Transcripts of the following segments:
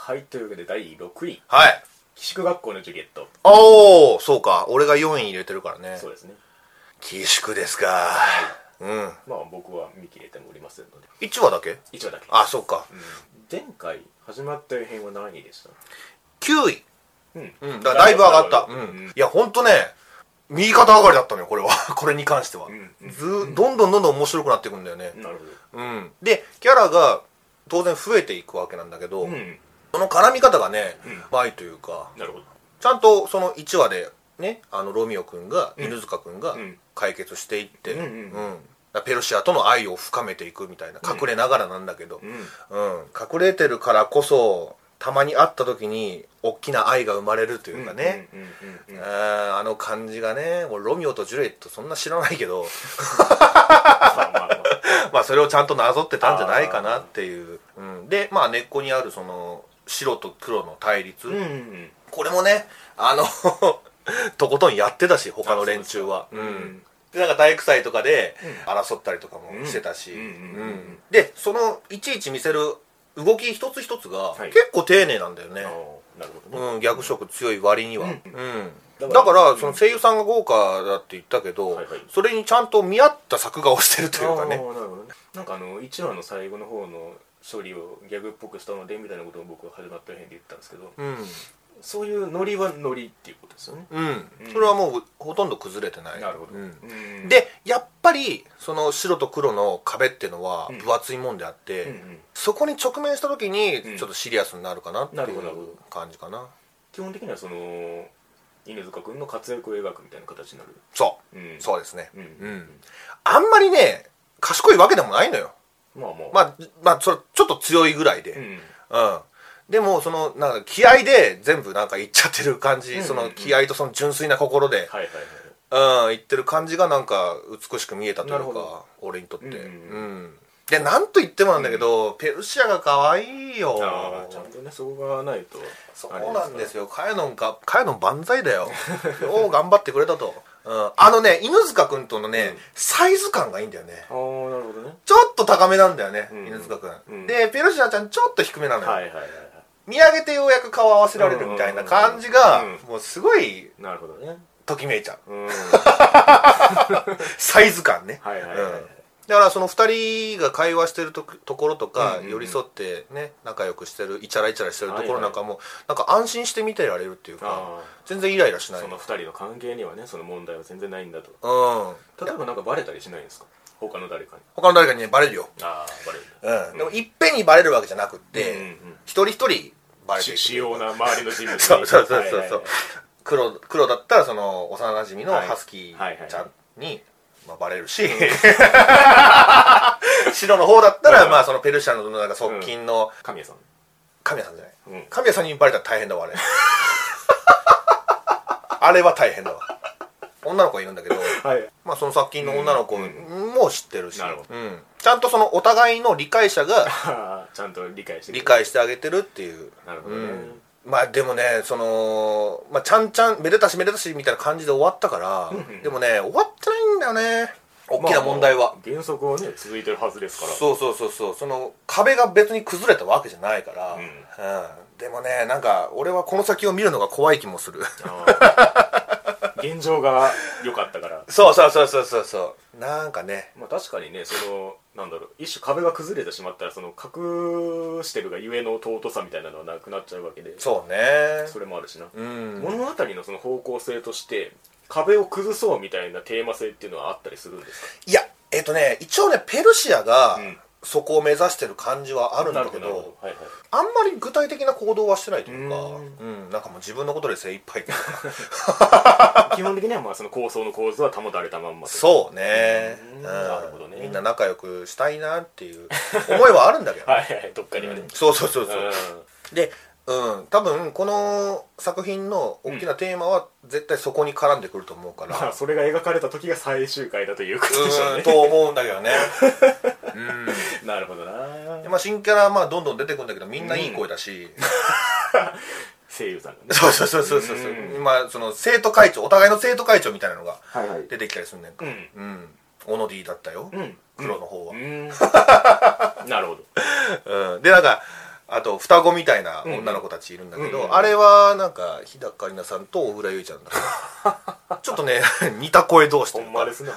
はい、というわけで第6位。 はい。 寄宿学校のジュリエット。 おー、そうか。俺が4位入れてるからね。 そうですね。 寄宿ですか。はい。うん。 まあ僕は見切れておりませんので。 1話だけ ?1 話だけ。 あ、そうか。 前回始まった編は何位でした？ 9 位。だいぶ上がった。いや、ほんとね、右肩上がりだったのよ、これは。これに関しては。どんどん面白くなっていくんだよね。 なるほど。 で、キャラが当然増えていくわけなんだけど、その絡み方がね、うまいというか、 なるほど。 ちゃんとその1話でね、ロミオくんが、犬塚くんが解決していって、ペルシアとの愛を深めていくみたいな、隠れながらなんだけど、隠れてるからこそ、たまに会った時に大きな愛が生まれるというかね、あの感じがね、もうロミオとジュリエットそんな知らないけどまあそれをちゃんとなぞってたんじゃないかなっていう、でまあ根っこにあるその白と黒の対立、これもねとことんやってたし他の連中は。でなんか体育祭とかで争ったりとかもしてたし、でそのいちいち見せる動き一つ一つが結構丁寧なんだよね。 なるほどね。 ギャグ色強い割には。だからその声優さんが豪華だって言ったけど、それにちゃんと見合った作画をしてるというかね。 なんか1話の最後の方の処理をギャグっぽくしたのでみたいなことを僕は始まった編で言ったんですけど、そういうノリはノリっていうことですよね。 それはもうほとんど崩れてない。 なるほど。 でやっぱりその白と黒の壁っていうのは分厚いもんであって、そこに直面した時にちょっとシリアスになるかなっていう感じかな。 基本的にはその犬塚君の活躍を描くみたいな形になる。 そうですね。あんまりね賢いわけでもないのよ。まあそれちょっと強いぐらいで、でもそのなんか気合で全部なんかいっちゃってる感じ、その気合とその純粋な心で言ってる感じがなんか美しく見えたというか、俺にとって。でなんと言ってもなんだけど、ペルシアが可愛いよ。 ちゃんとねそこがないと。 そうなんですよ。カヤノン万歳だよ。よう頑張ってくれたと。犬塚くんとのね、サイズ感がいいんだよね。 なるほどね。 ちょっと高めなんだよね、犬塚くん。でペルシアちゃんちょっと低めなのよ。見上げてようやく顔合わせられるみたいな感じがもうすごいときめいちゃう。サイズ感ね。だからその2人が会話してるところとか寄り添ってね仲良くしてるイチャライチャラしてるところなんかもなんか安心して見てられるっていうか、全然イライラしない。 その2人の関係にはねその問題は全然ないんだと。例えばなんかバレたりしないんですか？他の誰かにねバレるよ。 バレる。 でもいっぺんにバレるわけじゃなくって一人一人バレていく。 主要な周りの人物。 そう黒だったらその幼馴染のハスキーちゃんにバレるし白の方だったらまあそのペルシャのなんか側近の神谷さんじゃない、神谷さんにバレたら大変だわあれ。あれは大変だわ。女の子がいるんだけど、まあその側近の女の子も知ってるし、ちゃんとそのお互いの理解者がちゃんと理解してあげてるっていう。 なるほどね。 まあでもねそのちゃんめでたしみたいな感じで終わったから、でもね終わってないんだよね大きな問題は。 原則はね続いてるはずですから。 そうその壁が別に崩れたわけじゃないから、でもねなんか俺はこの先を見るのが怖い気もする。 現状が良かったから。 そうなんかね、 確かにねそのなんだろう一種壁が崩れてしまったらその隠してるがゆえの尊さみたいなのはなくなっちゃうわけで。 そうね。 それもあるしな。物語のその方向性として壁を崩そうみたいなテーマ性っていうのはあったりするんですか？いや一応ねペルシアがそこを目指してる感じはあるんだけど、あんまり具体的な行動はしてないというか、なんかもう自分のことで精一杯というか基本的にはまあその構想の構図は保たれたまんま。 そうね。なるほどね。みんな仲良くしたいなっていう思いはあるんだけどどっかにはね。 そうで多分この作品の大きなテーマは絶対そこに絡んでくると思うから、 それが描かれた時が最終回だということでしょうね。 と思うんだけどね。 なるほどな。 で新キャラどんどん出てくるんだけどみんないい声だし、 声優さんがね。 そうその生徒会長お互いの生徒会長みたいなのが出てきたりするねんか。オノディだったよ、黒の方は。 なるほど。 でなんかあと双子みたいな女の子たちいるんだけど、あれはなんか日高里奈さんと小倉優衣ちゃんだからちょっとね似た声同士というか、 ほんまですね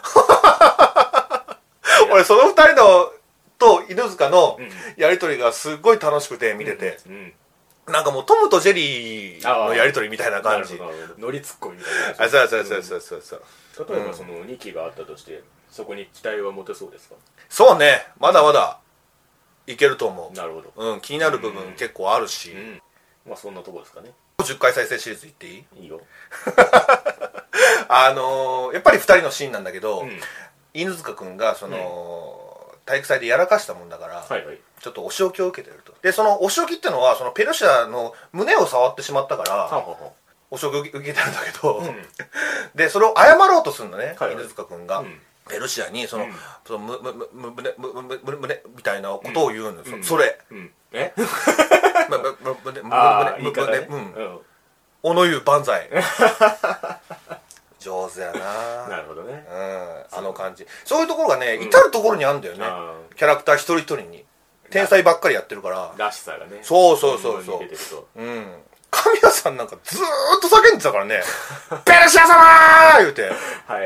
俺その二人のと犬塚のやりとりがすっごい楽しくて見てて、なんかもうトムとジェリーのやりとりみたいな感じ、 ノリツッコミみたいな。 そう例えばその2期があったとしてそこに期待は持てそうですか？ そうね、まだまだいけると思う。 なるほど。 気になる部分結構あるし、 まあそんなとこですかね。 10回再生シリーズいっていい？ いいよやっぱり2人のシーンなんだけど、犬塚くんがその、体育祭でやらかしたもんだから、ちょっとお仕置きを受けてると。でそのお仕置きってのはそのペルシャの胸を触ってしまったから、お仕置きを受けてるんだけど、でそれを謝ろうとするのね、犬塚くんが。ペルシアにその胸みたいなことを言うんですよ。それ小野湯万歳上手やな。 なるほどね。 あの感じ、そういうところがね至るところにあるんだよね。キャラクター一人一人に天才ばっかりやってるかららしさがね。 そう神谷さんなんかずーっと叫んでたからねペルシア様ー言うて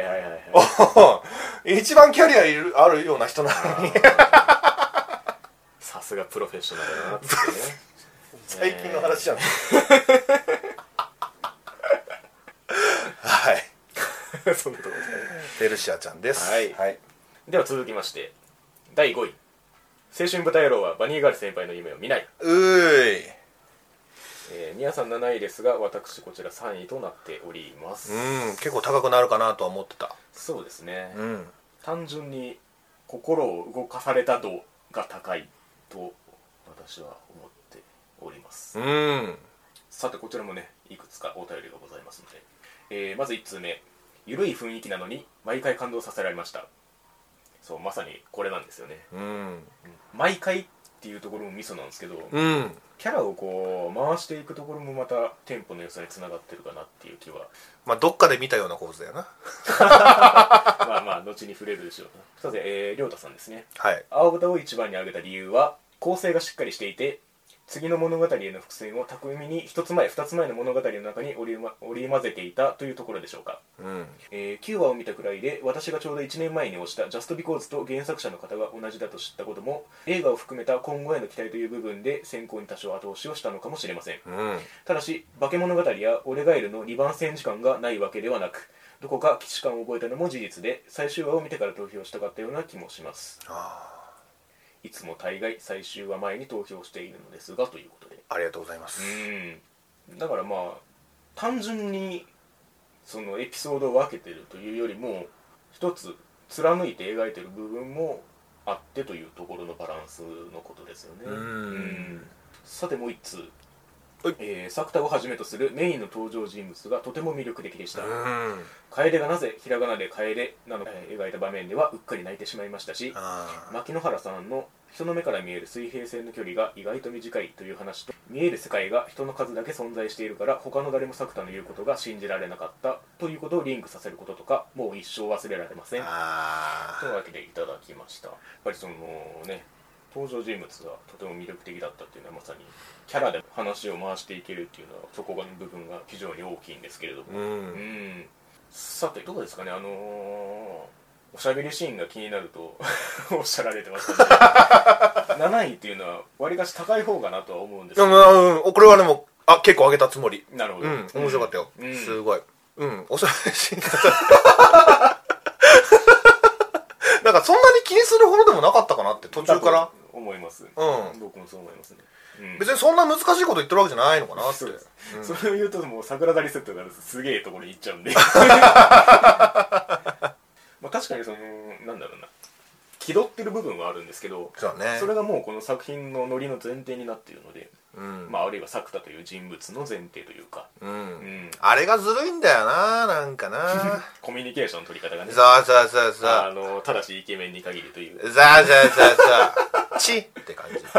一番キャリアあるような人なのにさすがプロフェッショナルだなってね最近の話じゃんはいそんなとこですね。 ペルシアちゃんです。 では続きまして第5位、青春豚野郎はバニーガール先輩の夢を見ない。宮さん7位ですが私こちら3位となっております。 結構高くなるかなとは思ってた。 そうですね、単純に心を動かされた度が高いと私は思っております。さてこちらもねいくつかお便りがございますので、まず1通目、ゆるい雰囲気なのに毎回感動させられました。そうまさにこれなんですよね。毎回っていうところもミソなんですけど、キャラをこう回していくところもまたテンポの良さにつながってるかなっていう気は。 まあどっかで見たような構図だよなまあ後に触れるでしょう。さて、りょうたさんですね。青豚を一番に挙げた理由は構成がしっかりしていて次の物語への伏線を巧みに一つ前二つ前の物語の中に織り交ぜていたというところでしょうか。9話を見たくらいで私がちょうど1年前に推したジャストビコーズと原作者の方が同じだと知ったことも映画を含めた今後への期待という部分で選考に多少後押しをしたのかもしれません。ただし化け物語やオレガエルの2番戦時間がないわけではなくどこか既視感を覚えたのも事実で最終話を見てから投票したかったような気もします。いつも大概最終話前に投票しているのですがということでありがとうございます。 だからまあ単純にそのエピソードを分けてるというよりも一つ貫いて描いてる部分もあってというところのバランスのことですよね。さてもう一通、作田をはじめとするメインの登場人物がとても魅力的でした。楓がなぜひらがなで楓なのか描いた場面ではうっかり泣いてしまいましたし、牧野原さんの人の目から見える水平線の距離が意外と短いという話と見える世界が人の数だけ存在しているから他の誰も作田の言うことが信じられなかったということをリンクさせることとかもう一生忘れられませんというわけでいただきました。やっぱりそのね登場人物がとても魅力的だったっていうのはまさにキャラで話を回していけるっていうのはそこがの部分が非常に大きいんですけれども、さてどうですかね、おしゃべりシーンが気になるとおっしゃられてましたので7位っていうのはわりかし高い方かなとは思うんですけど、 これはでも結構上げたつもり。 なるほど、 面白かったよ、すごい。おしゃべりシーンなんかそんなに気にするほどでもなかったかなって途中から思います。僕もそう思いますね。 別にそんな難しいこと言ってるわけじゃないのかなって。 それを言うともう桜谷セットがすげえところに行っちゃうんでまあ確かにそのなんだろうな気取ってる部分はあるんですけど、それがもうこの作品のノリの前提になっているので、まああるいは作田という人物の前提というか、 あれがずるいんだよな、なんかなコミュニケーションの取り方がね。 そうただしイケメンに限りというそうチって感じチェ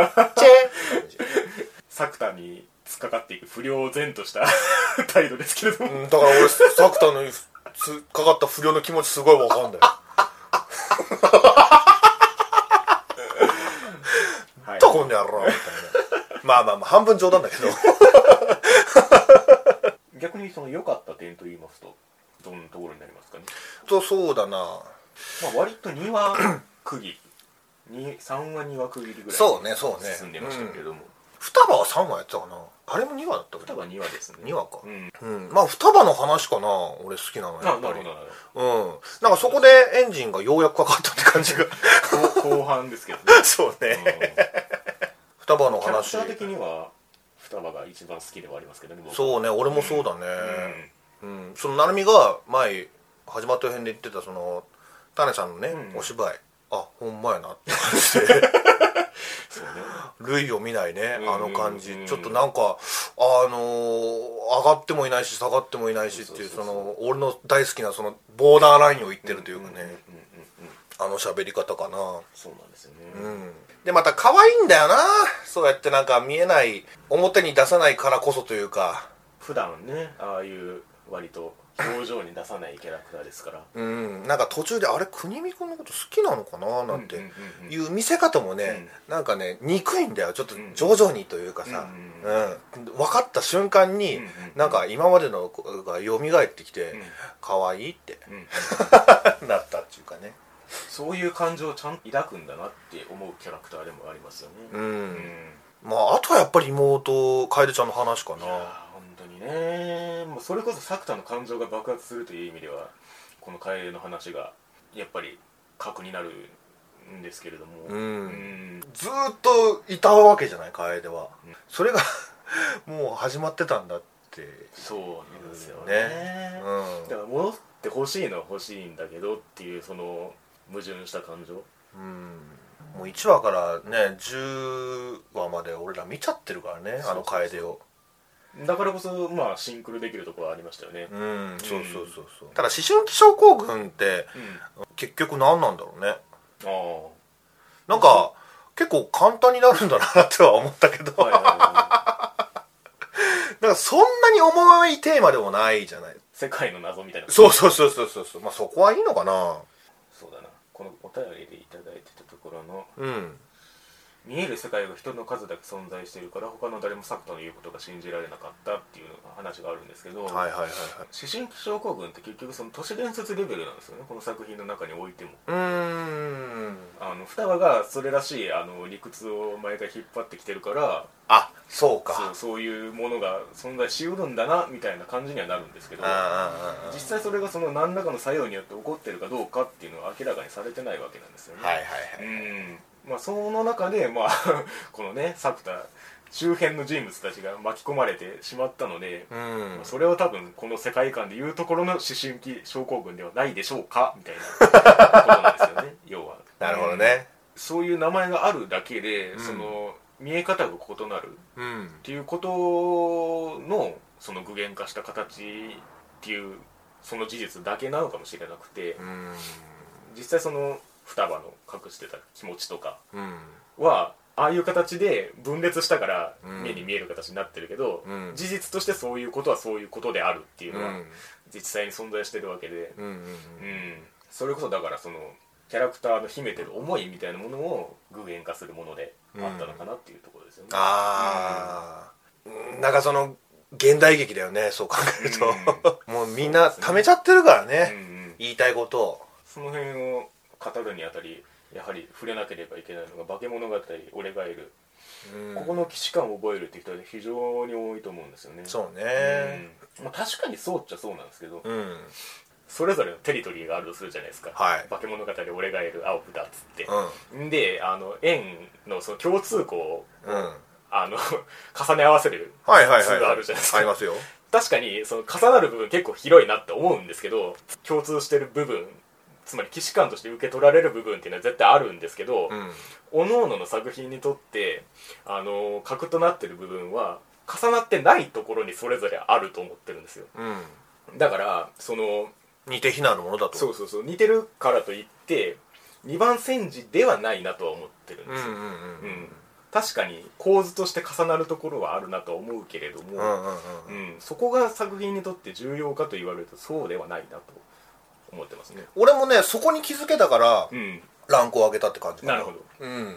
作田に突っかかっていく不良然とした態度ですけれども、 だから俺作田の突っかかった不良の気持ちすごいわかんだよどこにやろうみたいなまあ半分冗談だけど逆にその良かった点と言いますとどんなところになりますかね。 そうだな、 割と2話区切り3話2話区切りぐらいそうね進んでましたけれども、 双葉は3話やってたかな、あれも2話だったかな。 双葉2話ですね。 2話か、まあ双葉の話かな、俺好きなのやっぱり。なんかそこでエンジンがようやくかかったって感じが後半ですけどねそうね、双葉の話、 キャラクター的には双葉が一番好きではありますけどね。 そうね、俺もそうだね。その成美が前始まった辺で言ってたその種さんのね、お芝居、あ、ほんまやなって感じで類を見ないね、あの感じ、ちょっとなんか上がってもいないし下がってもいないしっていう、その俺の大好きなそのボーダーラインを言ってるというかね、あの喋り方かな。 そうなんですよね。 でまた可愛いんだよな、そうやってなんか見えない表に出さないからこそというか、 普段ねああいう割と表情に出さないキャラクターですからなんか途中であれ国見君のこと好きなのかななんていう見せ方もね、なんかね憎いんだよ、ちょっと徐々にというかさ、分かった瞬間になんか今までのが蘇ってきて可愛いってなったっていうかね、 そういう感情をちゃんと抱くんだなって思うキャラクターでもありますよね。 まああとはやっぱり妹楓ちゃんの話かな。 本当にね、もうそれこそ作田の感情が爆発するという意味ではこの楓の話がやっぱり核になるんですけれども、 ずーっといたわけじゃない楓は、それがもう始まってたんだって。 そうなんですよね、だから戻ってほしいのは欲しいんだけどっていうその矛盾した感情、 もう1話からね10話まで俺ら見ちゃってるからね、あの楓を。 だからこそまあシンクロできるところはありましたよね。 そうただ思春期症候群って、結局何なんだろうね。なんか結構簡単になるんだなっては思ったけどなんかそんなに重いテーマでもないじゃない。 世界の謎みたいな。 そうまあそこはいいのかな。 そうだな、このお便りでいただいてたところの、見える世界が人の数だけ存在しているから他の誰も作田の言うことが信じられなかったっていう話があるんですけど、思春期症候群って結局その都市伝説レベルなんですよね、この作品の中においても。双葉がそれらしい理屈を毎回引っ張ってきてるから、 そうか、 そういうものが存在しうるんだなみたいな感じにはなるんですけど、実際それがその何らかの作用によって起こってるかどうかっていうのは明らかにされてないわけなんですよね。まあ、その中で、まあ、このね作田周辺の人物たちが巻き込まれてしまったので、それは多分この世界観でいうところの思春期症候群ではないでしょうかみたいなことなんですよね要は。 なるほどね。 そういう名前があるだけで、その見え方が異なるっていうことのその具現化した形っていうその事実だけなのかもしれなくて、実際その双葉の隠してた気持ちとかは、ああいう形で分裂したから目に見える形になってるけど、事実としてそういうことはそういうことであるっていうのは実際に存在してるわけで、それこそだからそのキャラクターの秘めてる思いみたいなものを具現化するものであったのかなっていうところですよね。 なんかその現代劇だよね、そう考えるともうみんな溜めちゃってるからね、言いたいことを。 その辺を語るにあたりやはり触れなければいけないのが化け物語俺がいる、ここの既視感を覚えるって人は非常に多いと思うんですよね。 そうね、 まあ、確かにそうっちゃそうなんですけど、それぞれのテリトリーがあるとするじゃないですか、化け物語俺がいる青札っつって、で円のその共通項を、重ね合わせる数があるじゃないですか。 ありますよ。 確かにその重なる部分結構広いなって思うんですけど、共通してる部分つまり既視感として受け取られる部分っていうのは絶対あるんですけど、各々の作品にとって核となってる部分は重なってないところにそれぞれあると思ってるんですよ、だからその似て非なるものだと。 そう似てるからといって二番煎じではないなとは思ってるんですよ。確かに構図として重なるところはあるなとは思うけれども、そこが作品にとって重要かと言われるとそうではないなと思ってますね。 俺もねそこに気づけたから、ランクを上げたって感じかな。 なるほど、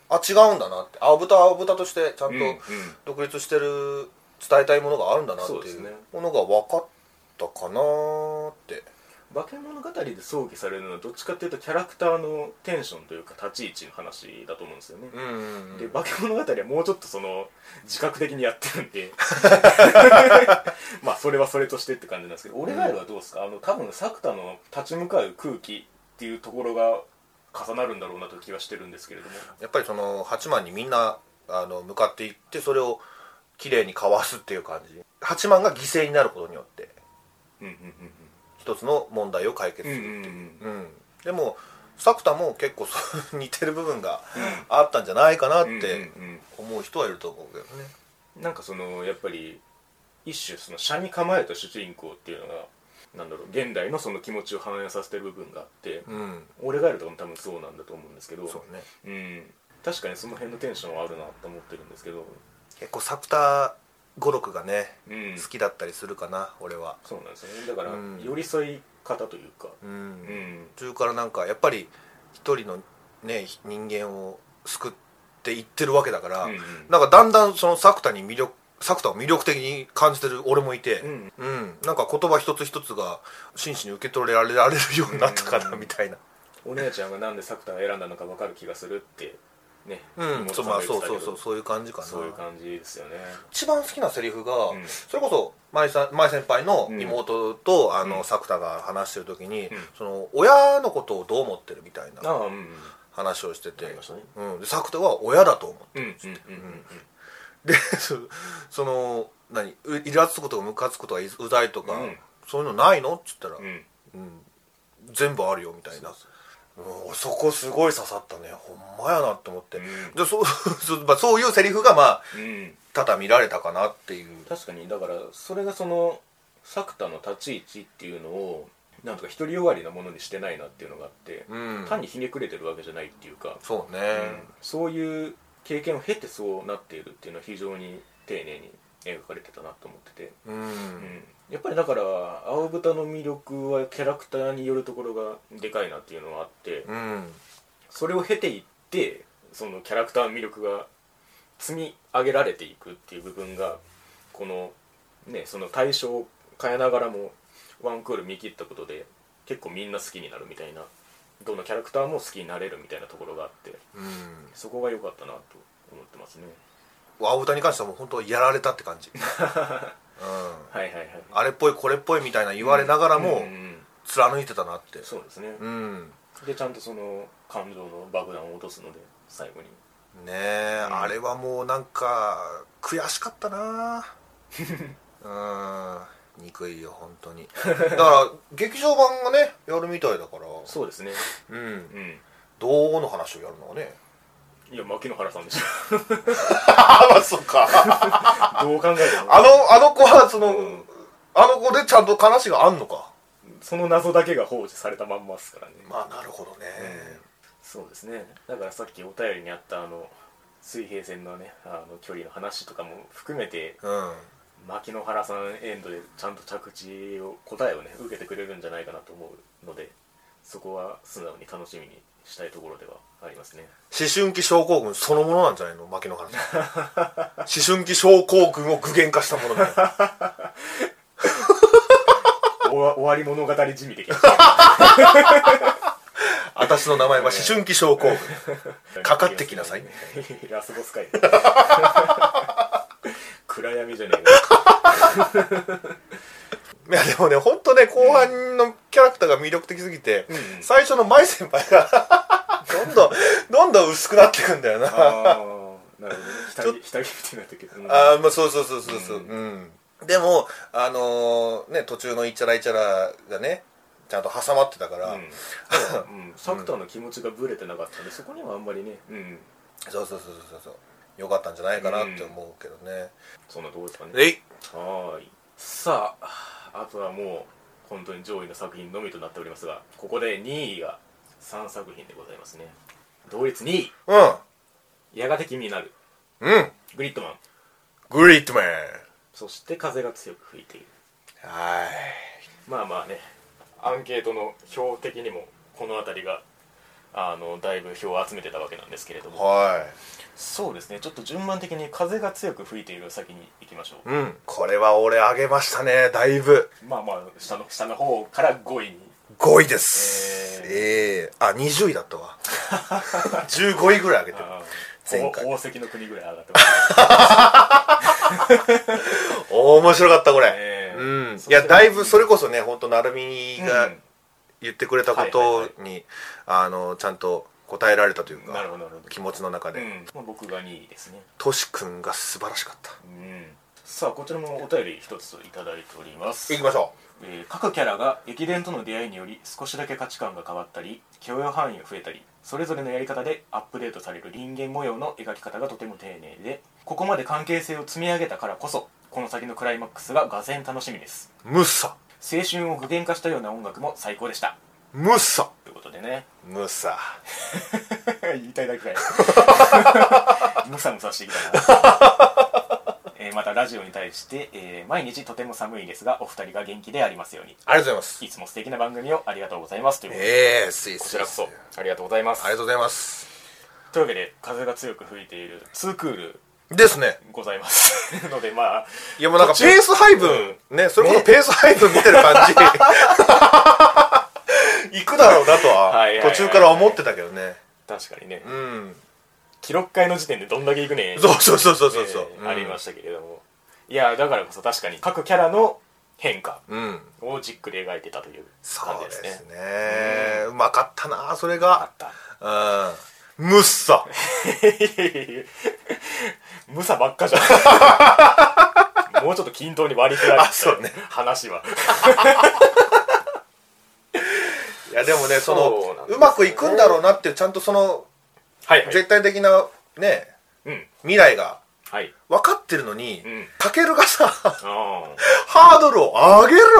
違うんだなって、青豚は青豚としてちゃんと独立してる、伝えたいものがあるんだなっていうものが分かったかなって。 化け物語で想起されるのはどっちかっていうとキャラクターのテンションというか立ち位置の話だと思うんですよね、で化け物語はもうちょっとその自覚的にやってるんでまあそれはそれとしてって感じなんですけど、俺ガエルはどうですか？多分作田の立ち向かう空気っていうところが重なるんだろうなという気がしてるんですけれども、 やっぱりその八幡にみんな向かっていって、それをきれいにかわすっていう感じ。八幡が犠牲になることによって一つの問題を解決するっていう、でも作田も結構似てる部分があったんじゃないかなって思う人はいると思うけどね。 なんかそのやっぱり一種その斜に構えた主人公っていうのがなんだろう、現代のその気持ちを反映させてる部分があって、俺がいるとかも多分そうなんだと思うんですけど、 そうね、 確かにその辺のテンションはあるなと思ってるんですけど、 結構作田語録がね、好きだったりするかな俺は。 そうなんですよね。だから、寄り添い方というか、 途中からなんかやっぱり一人のね人間を救っていってるわけだから、なんかだんだんその作田を魅力的に感じてる俺もいて、なんか言葉一つ一つが真摯に受け取られるようになったかなみたいな。 お姉ちゃんがなんで作田が選んだのか分かる気がするってね、 そういう感じかな。 そういう感じですよね。 一番好きなセリフが、それこそ舞先輩の妹と作田が話してる時に、その親のことをどう思ってるみたいな話をしてて、で作田は親だと思ってるっつって、でそのイラつくことがムカつくことがうざいとか、そういうのないのっつったら、全部あるよみたいな。そこすごい刺さったね。ほんまやなって思って、でそういうセリフがまあ、多々見られたかなっていう。 確かに、だからそれがその作田の立ち位置っていうのをなんとか独りよがりなものにしてないなっていうのがあって、単にひねくれてるわけじゃないっていうか、 そうね、 そういう経験を経てそうなっているっていうのは非常に丁寧に描かれてたなと思ってて、やっぱりだから青豚の魅力はキャラクターによるところがでかいなっていうのがあって、それを経ていってそのキャラクターの魅力が積み上げられていくっていう部分がこのね、その対象を変えながらもワンクール見切ったことで結構みんな好きになるみたいな、どのキャラクターも好きになれるみたいなところがあって、そこが良かったなと思ってますね。 青豚に関してはもう本当やられたって感じあれっぽいこれっぽいみたいな言われながらも貫いてたなって。 そうですね、でちゃんとその感情の爆弾を落とすので最後にねえ、あれはもうなんか悔しかったな憎いよ本当にだから劇場版がねやるみたいだから。 そうですね、 どうの話をやるのはね、 いや牧野原さんでしょまあそっかどう考えてもあの子はその、あの子でちゃんと話があんのか。 その謎だけが放置されたまんまですからね。 まあなるほどね、 そうですね。だからさっきお便りにあった水平線のね距離の話とかも含めて、牧野原さんエンドでちゃんと着地を答えをね受けてくれるんじゃないかなと思うので、そこは素直に楽しみにしたいところではありますね。 思春期症候群そのものなんじゃないの牧野原さん思春期症候群を具現化したものだよ終わり物語じみできま私の名前は思春期症候群かかってきなさいラスボスかい暗闇じゃねえかいやでもね本当ね後半のキャラクターが魅力的すぎて、最初の舞先輩がどんどん薄くなっていくんだよな。なるほどね。下着みたいになってくる。 まあそう、でもね途中のイチャライチャラがねちゃんと挟まってたから、 作田の気持ちがブレてなかったんで、そこにはあんまりね、 そうよかったんじゃないかなって思うけどね。 そんなとこですかね。 はい。 さあとはもう本当に上位の作品のみとなっておりますが、ここで2位が3作品でございますね。同率2位、やがて君になる、グリッドマン、そして風が強く吹いている。 はい。 まあまあね、アンケートの表的にもこの辺りがだいぶ票を集めてたわけなんですけれども、 はい、 そうですね、ちょっと順番的に風が強く吹いている先に行きましょう。 うん、これは俺上げましたね、だいぶ。 まあまあ下の方から5位に。 5位です。20位だったわ。15位ぐらい上げてる。 前回宝石の国ぐらい上がってます。 面白かったこれ。うん、いやだいぶそれこそね、本当成美が言ってくれたことにちゃんと答えられたというか、 なるほど気持ちの中で、 僕が2位ですね。 としくんが素晴らしかった。 さあこちらもお便り一ついただいております。 いきましょう。各キャラが駅伝との出会いにより少しだけ価値観が変わったり許容範囲が増えたり、それぞれのやり方でアップデートされる人間模様の描き方がとても丁寧で、ここまで関係性を積み上げたからこそこの先のクライマックスががぜん楽しみです。 ムッサ。 青春を具現化したような音楽も最高でした。 ムッサということでね。 ムッサ言いたいだけかい。ムサムサしてきたな。またラジオに対して、毎日とても寒いですがお二人が元気でありますように。 ありがとうございます。 いつも素敵な番組をありがとうございますということで、こちらこそありがとうございます。 ありがとうございます。 というわけで風が強く吹いている2クールですねございますので、まあいやもうなんかペース配分ね、それこそペース配分見てる感じ行くだろうなとは途中から思ってたけどね。 確かにね、 うん、 記録会の時点でどんだけいくねそう、 ありましたけれども、いやだからこそ確かに各キャラの変化をじっくり描いてたという感じですね。 そうですね、うまかったなそれが。ムッサムサばっかじゃん。もうちょっと均等に割り振られてた、ね、話は。 いやでもね、そのうまくいくんだろうなっていうちゃんとその、絶対的なね、未来が分かってるのに、タケルがさハードルを上げる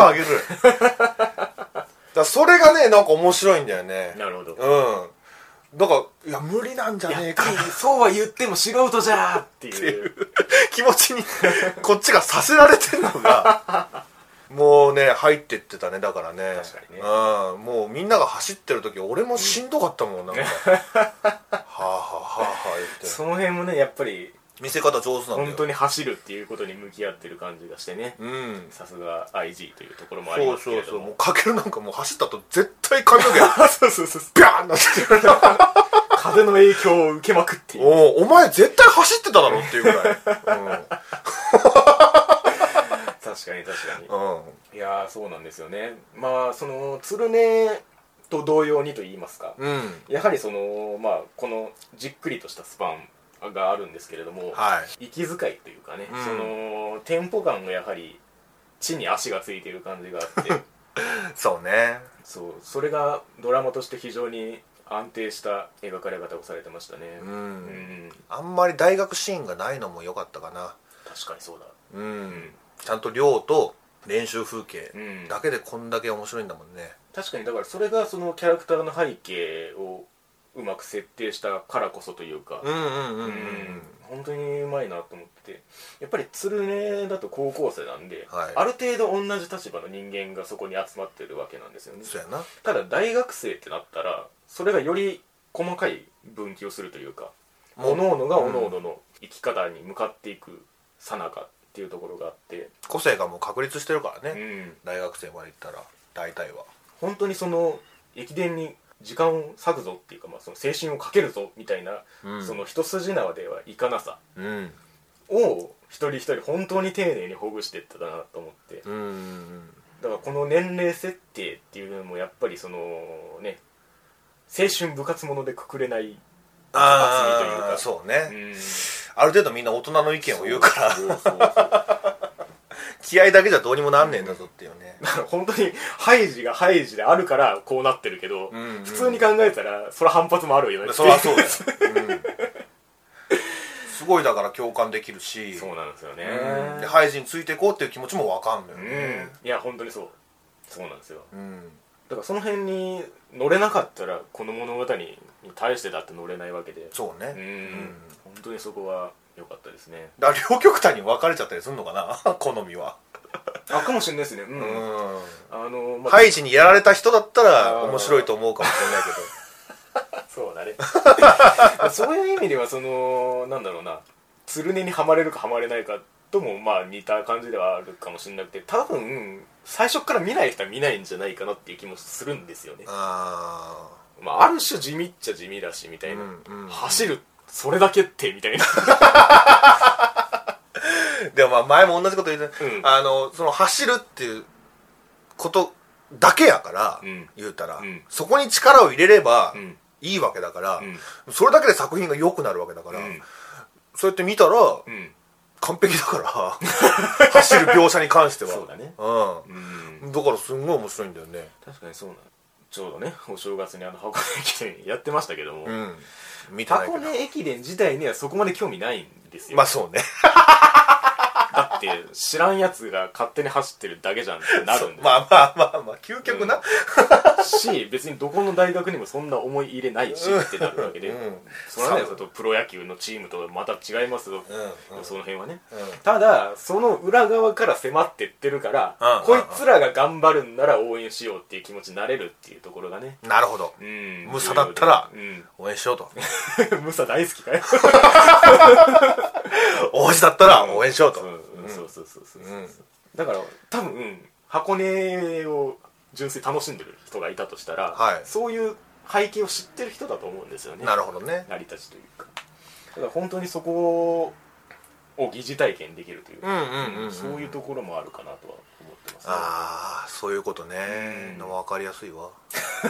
だそれがねなんか面白いんだよね。 なるほど。 だからいや無理なんじゃねえか、 そうは言っても素人じゃーっていう気持ちにこっちがさせられてるのがもうね入ってってたね。だからね、 確かにね、 もうみんなが走ってる時俺もしんどかったもん、なんかはあ言ってその辺もねやっぱり見せ方上手なんだよ。 本当に走るっていうことに向き合ってる感じがしてね、さすが IG というところもありますけれども。 もうかけるなんかもう走った後絶対髪の毛そうビャーンなって風の影響を受けまくっている。 お前絶対走ってただろっていうぐらい、確かに、いやそうなんですよね。まあその鶴音と同様にと言いますか、やはりそのまあこのじっくりとしたスパンがあるんですけれども、息遣いというかね、そのテンポ感がやはり地に足がついている感じがあってそうね、 それがドラマとして非常に安定した描かれ方をされてましたね。 あんまり大学シーンがないのも良かったかな。 確かにそうだ。 ちゃんと寮と練習風景だけでこんだけ面白いんだもんね。 確かに、だからそれがそのキャラクターの背景をうまく設定したからこそというか、本当にうまいなと思ってて、やっぱり鶴音だと高校生なんで、ある程度同じ立場の人間がそこに集まってるわけなんですよね。 そうやな。 ただ大学生ってなったらそれがより細かい分岐をするというか、各々が各々の生き方に向かっていくさなかっていうところがあって、 個性がもう確立してるからね、大学生までいったら大体は本当にその駅伝に時間を割くぞっていうか、その青春をかけるぞみたいな、その一筋縄ではいかなさを一人一人本当に丁寧にほぐしていったなと思って、だからこの年齢設定っていうのもやっぱりそのね、青春部活ものでくくれない厚みというか、 そうね、ある程度みんな大人の意見を言うから気合だけじゃどうにもなんねえんだぞっていうね。 本当にハイジがハイジであるからこうなってるけど、普通に考えたらそれは反発もあるよね。 そりゃそうだよ、すごいだから共感できるし。 そうなんですよね、 でハイジについていこうっていう気持ちも分かんのよね。 いや本当にそうなんですよ、だからその辺に乗れなかったらこの物語に対してだって乗れないわけで。 そうね、 本当にそこは良かったですね。 だから両極端に分かれちゃったりするのかな好みは。 かもしれないですね。 ハイジにやられた人だったら面白いと思うかもしれないけどそうだねそういう意味ではそのなんだろうな、鶴音にはまれるかはまれないかともまあ似た感じではあるかもしれなくて、多分最初から見ない人は見ないんじゃないかなっていう気もするんですよね。 あまあ、ある種地味っちゃ地味だしみたいな、走るそれだけってみたいなでもまあ前も同じこと言って、その走るっていうことだけやから、言うたら、そこに力を入れればいいわけだから、それだけで作品が良くなるわけだから、そうやって見たら、完璧だから走る描写に関してはそうだね、 だからすんごい面白いんだよね。 確かにそうなの。ちょうどねお正月に箱根駅伝やってましたけども、 見てないけど箱根駅伝自体にはそこまで興味ないんですよ。 まあそうねだって知らんやつが勝手に走ってるだけじゃんってなるんでまあ究極な、 し別にどこの大学にもそんな思い入れないしってなるわけで、それはねプロ野球のチームとまた違いますよ、その辺はね、ただその裏側から迫ってってるから、こいつらが頑張るんなら応援しようっていう気持ちになれるっていうところがね。 なるほど、ムサだったら応援しようとムサ大好きかよ王子だったら応援しようと、 そうだから多分箱根を純粋に楽しんでる人がいたとしたら、そういう背景を知ってる人だと思うんですよね。 なるほどね。 成り立ちというか、だから本当にそこを疑似体験できるというか、そういうところもあるかなとは思ってますね。 ああそういうことね、分かりやすいわ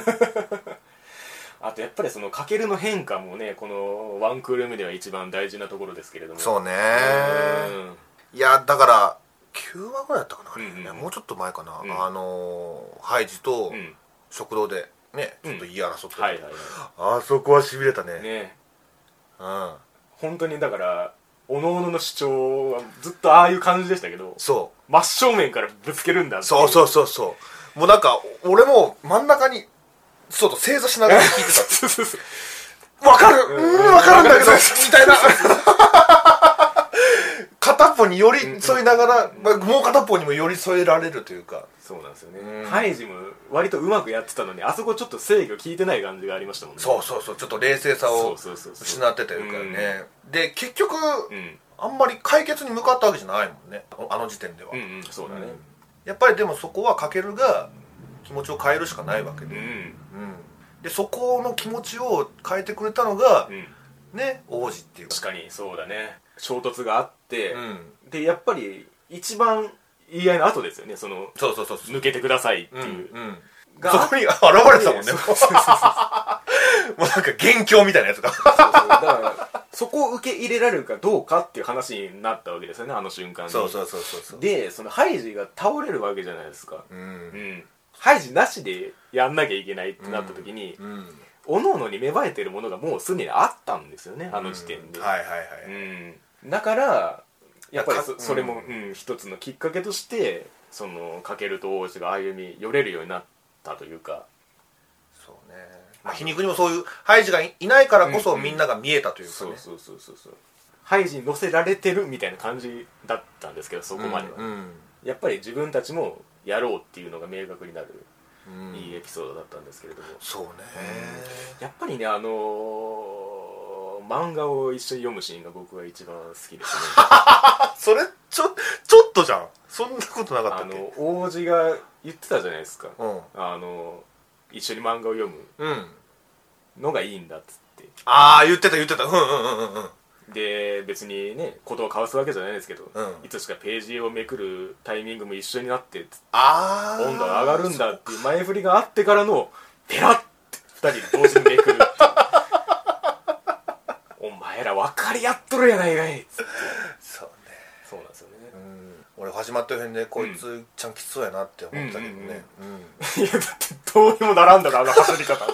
あとやっぱりそのかけるの変化もね、このワンクール目では一番大事なところですけれども。 そうね、いやだから9話ぐらいだったかな、もうちょっと前かな、ハイジと食堂でねちょっと言い争って、あそこはしびれたね。 本当にだからおのおのの主張はずっとああいう感じでしたけど、 そう真正面からぶつけるんだって。 そうもうなんか俺も真ん中にそうと正座しながら聞いてた分かる分かるんだけどみたいな片っぽに寄り添いながら、もう片っぽにも寄り添えられるというか。 そうなんですよね。ハイジも割とうまくやってたのに、あそこちょっと制御効いてない感じがありましたもんね。 そうちょっと冷静さを失ってたいうかね。で結局あんまり解決に向かったわけじゃないもんね、あの時点では。 そうだね。 やっぱりでもそこはかけるが気持ちを変えるしかないわけで、でそこの気持ちを変えてくれたのがね王子っていう。 確かにそうだね。衝突があって、でやっぱり一番言い合いの後ですよね、その抜けてくださいっていう、 そこに現れてたもんね。もうなんか元凶みたいなやつが。 だからそこを受け入れられるかどうかっていう話になったわけですよね、あの瞬間に。でそのハイジが倒れるわけじゃないですか。ハイジなしでやんなきゃいけないってなった時に、おのおのに芽生えてるものがもうすでにあったんですよね、あの時点で。だからやっぱりそれも一つのきっかけとしてそのかけると王子が歩み寄れるようになったというか。 そうね、皮肉にもそういうハイジがいないからこそみんなが見えたというかね。 ハイジに乗せられてるみたいな感じだったんですけど、そこまではやっぱり自分たちもやろうっていうのが明確になるいいエピソードだったんですけれども。 そうね、 やっぱりね漫画を一緒に読むシーンが僕は一番好きですねそれちょっとじゃん、そんなことなかったっけ。 王子が言ってたじゃないですか、一緒に漫画を読むのがいいんだっつって。 言ってたで別にね言葉を交わすわけじゃないですけど、いつしかページをめくるタイミングも一緒になって温度が上がるんだっていう前振りがあってからのペラッて2人同時にめくるってお前ら分かり合っとるやないかいっつって。そうなんですよね。 俺始まった辺でこいつちゃんきつそうやなって思ったけどね。 いやだってどうにもならんだろ、あの走り方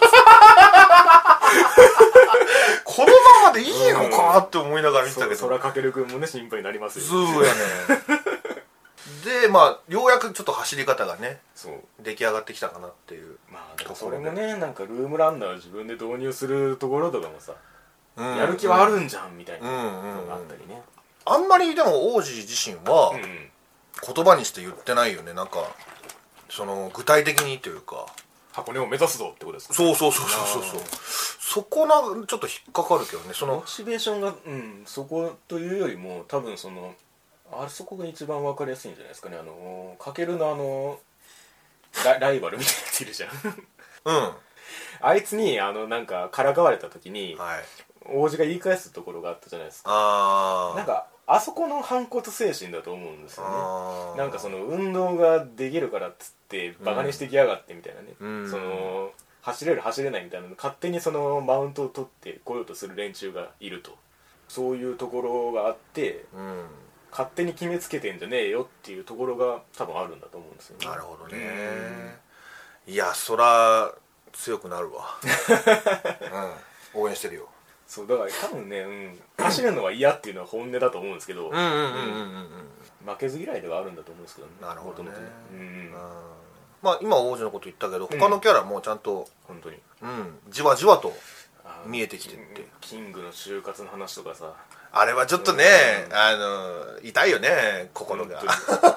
このままでいいのかって思いながら見てたけど、 そらかける君もね心配になりますよ。 そうやねでまあようやくちょっと走り方がね出来上がってきたかなっていう。 それもねなんかルームランナーを自分で導入するところとかもさ、やる気はあるんじゃんみたいなのがあったりね。 あんまりでも王子自身は言葉にして言ってないよね。なんかその具体的にというか箱根を目指すぞってことですか。 そうそこちょっと引っかかるけどね、そのモチベーションが、そこというよりも多分あそこが一番分かりやすいんじゃないですかね。かけるのライバルみたいなやついるじゃんあいつになんかからかわれた時に、はい、王子が言い返すところがあったじゃないですか。なんかあそこの反骨精神だと思うんですよね。なんか運動ができるからっつってバカにしてきやがってみたいなね、走れる走れないみたいなの勝手にマウントを取ってこようとする連中がいると、そういうところがあって、勝手に決めつけてんじゃねえよっていうところが多分あるんだと思うんですよね。 なるほどね。いや、そら強くなるわ応援してるよ。 そうだから多分ね、走るのは嫌っていうのは本音だと思うんですけど、負けず嫌いではあるんだと思うんですけどね。 なるほどね。まあ今王子のこと言ったけど、他のキャラもちゃんと本当にじわじわと見えてきてって、 キングの就活の話とかさ、 あれはちょっとね、痛いよね、心が